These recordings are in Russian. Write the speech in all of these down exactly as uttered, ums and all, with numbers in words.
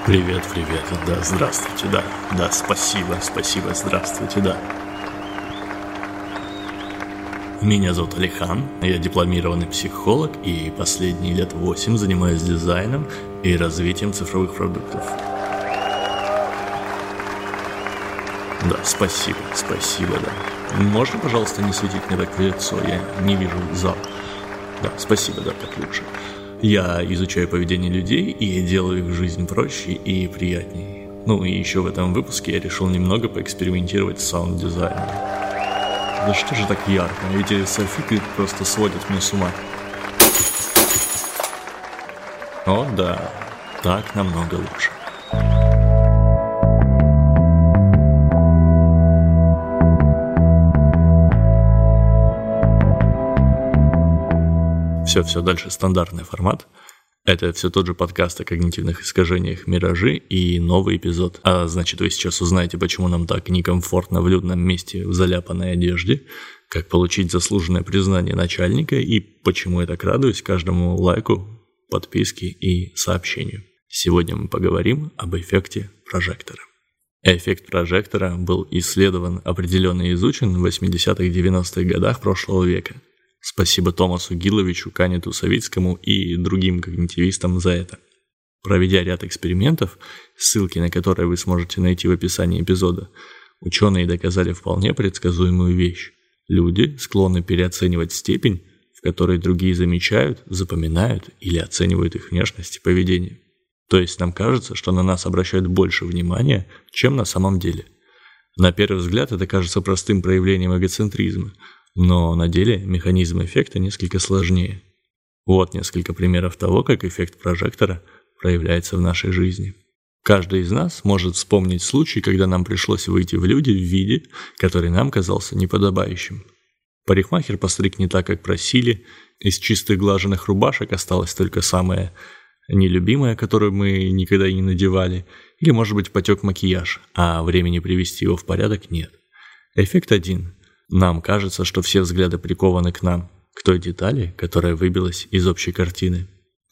Привет, привет, да, здравствуйте, да, да, спасибо, спасибо, здравствуйте, да. Меня зовут Алихан, я дипломированный психолог и последние лет восемь занимаюсь дизайном и развитием цифровых продуктов. Да, спасибо, спасибо, да. Можно, пожалуйста, не светить мне так в лицо, я не вижу зал. Да, спасибо, да, так лучше. Я изучаю поведение людей и делаю их жизнь проще и приятнее. Ну и еще в этом выпуске я решил немного поэкспериментировать с саунд-дизайном. Да что же так ярко? Эти софиты просто сводят меня с ума. О да, так намного лучше. Все-все, дальше стандартный формат. Это все тот же подкаст о когнитивных искажениях «Миражи» и новый эпизод. А значит, вы сейчас узнаете, почему нам так некомфортно в людном месте в заляпанной одежде, как получить заслуженное признание начальника и почему я так радуюсь каждому лайку, подписке и сообщению. Сегодня мы поговорим об эффекте прожектора. Эффект прожектора был исследован, определен и изучен в восьмидесятых-девяностых годах прошлого века. Спасибо Томасу Гиловичу, Канету Савицкому и другим когнитивистам за это. Проведя ряд экспериментов, ссылки на которые вы сможете найти в описании эпизода, ученые доказали вполне предсказуемую вещь. Люди склонны переоценивать степень, в которой другие замечают, запоминают или оценивают их внешность и поведение. То есть нам кажется, что на нас обращают больше внимания, чем на самом деле. На первый взгляд это кажется простым проявлением эгоцентризма, но на деле механизм эффекта несколько сложнее. Вот несколько примеров того, как эффект прожектора проявляется в нашей жизни. Каждый из нас может вспомнить случай, когда нам пришлось выйти в люди в виде, который нам казался неподобающим. Парикмахер постриг не так, как просили, из чистых глаженных рубашек осталась только самая нелюбимая, которую мы никогда и не надевали, или, может быть, потек макияж, а времени привести его в порядок нет. Эффект один. Нам кажется, что все взгляды прикованы к нам, к той детали, которая выбилась из общей картины.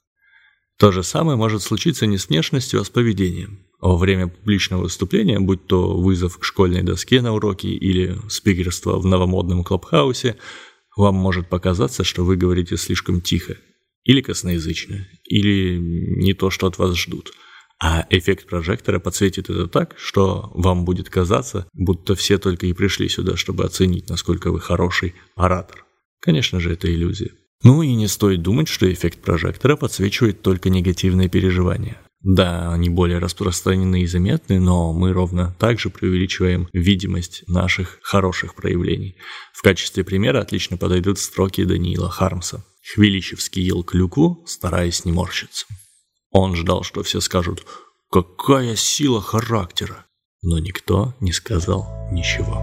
То же самое может случиться не с внешностью, а с поведением. Во время публичного выступления, будь то вызов к школьной доске на уроке или спикерство в новомодном клабхаусе, вам может показаться, что вы говорите слишком тихо, или косноязычно, или не то, что от вас ждут. А эффект прожектора подсветит это так, что вам будет казаться, будто все только и пришли сюда, чтобы оценить, насколько вы хороший оратор. Конечно же, это иллюзия. Ну и не стоит думать, что эффект прожектора подсвечивает только негативные переживания. Да, они более распространены и заметны, но мы ровно так же преувеличиваем видимость наших хороших проявлений. В качестве примера отлично подойдут строки Даниила Хармса. Хвилищевский ел клюкву, стараясь не морщиться. Он ждал, что все скажут «Какая сила характера!», но никто не сказал ничего.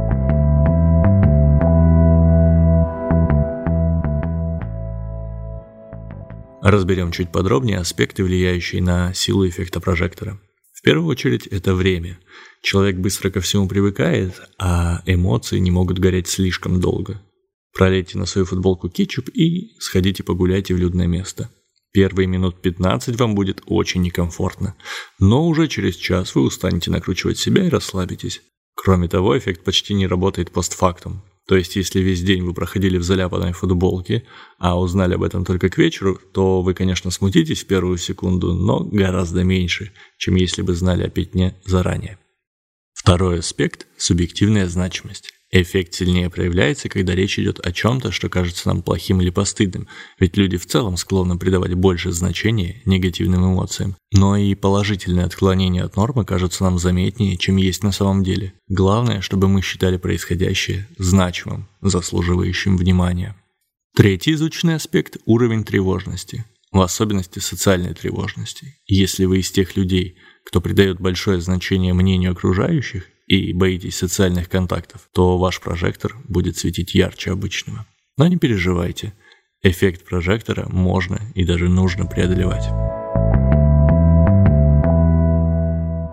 Разберем чуть подробнее аспекты, влияющие на силу эффекта прожектора. В первую очередь это время. Человек быстро ко всему привыкает, а эмоции не могут гореть слишком долго. Пролейте на свою футболку кетчуп и сходите погуляйте в людное место. Первые минут пятнадцать вам будет очень некомфортно, но уже через час вы устанете накручивать себя и расслабитесь. Кроме того, эффект почти не работает постфактум. То есть, если весь день вы проходили в заляпанной футболке, а узнали об этом только к вечеру, то вы, конечно, смутитесь в первую секунду, но гораздо меньше, чем если бы знали о пятне заранее. Второй аспект – субъективная значимость. Эффект сильнее проявляется, когда речь идет о чем-то, что кажется нам плохим или постыдным, ведь люди в целом склонны придавать больше значения негативным эмоциям. Но и положительные отклонения от нормы кажутся нам заметнее, чем есть на самом деле. Главное, чтобы мы считали происходящее значимым, заслуживающим внимания. Третий изученный аспект – уровень тревожности, в особенности социальной тревожности. Если вы из тех людей, кто придает большое значение мнению окружающих, и боитесь социальных контактов, то ваш прожектор будет светить ярче обычного. Но не переживайте, эффект прожектора можно и даже нужно преодолевать.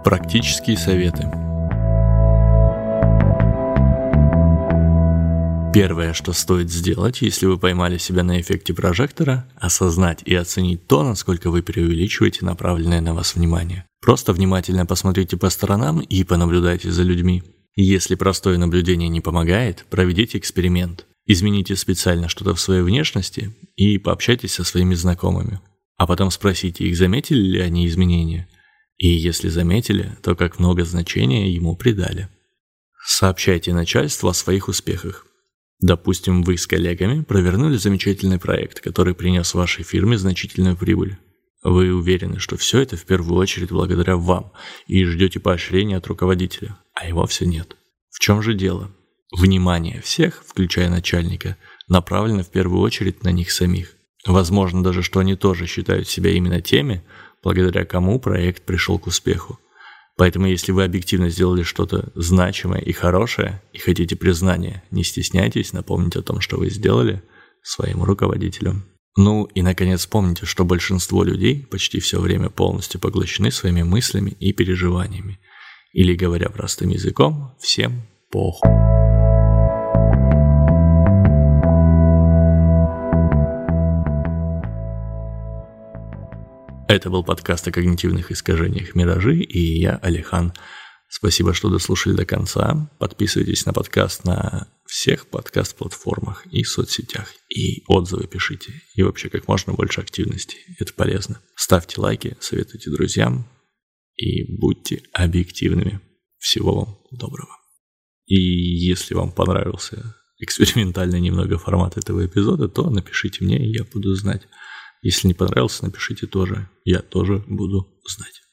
Практические советы. Первое, что стоит сделать, если вы поймали себя на эффекте прожектора, осознать и оценить то, насколько вы преувеличиваете направленное на вас внимание. Просто внимательно посмотрите по сторонам и понаблюдайте за людьми. Если простое наблюдение не помогает, проведите эксперимент. Измените специально что-то в своей внешности и пообщайтесь со своими знакомыми. А потом спросите их, заметили ли они изменения. И если заметили, то как много значения ему придали. Сообщайте начальству о своих успехах. Допустим, вы с коллегами провернули замечательный проект, который принес вашей фирме значительную прибыль. Вы уверены, что все это в первую очередь благодаря вам и ждете поощрения от руководителя, а его все нет. В чем же дело? Внимание всех, включая начальника, направлено в первую очередь на них самих. Возможно даже, что они тоже считают себя именно теми, благодаря кому проект пришел к успеху. Поэтому если вы объективно сделали что-то значимое и хорошее и хотите признания, не стесняйтесь напомнить о том, что вы сделали своим руководителям. Ну и, наконец, помните, что большинство людей почти все время полностью поглощены своими мыслями и переживаниями. Или, говоря простым языком, всем похуй. Это был подкаст о когнитивных искажениях «Миражи», и я, Алихан. Спасибо, что дослушали до конца. Подписывайтесь на подкаст на всех подкаст-платформах и соцсетях. И отзывы пишите. И вообще как можно больше активности. Это полезно. Ставьте лайки, советуйте друзьям. И будьте объективными. Всего вам доброго. И если вам понравился экспериментальный немного формат этого эпизода, то напишите мне, и я буду знать. Если не понравился, напишите тоже. Я тоже буду знать.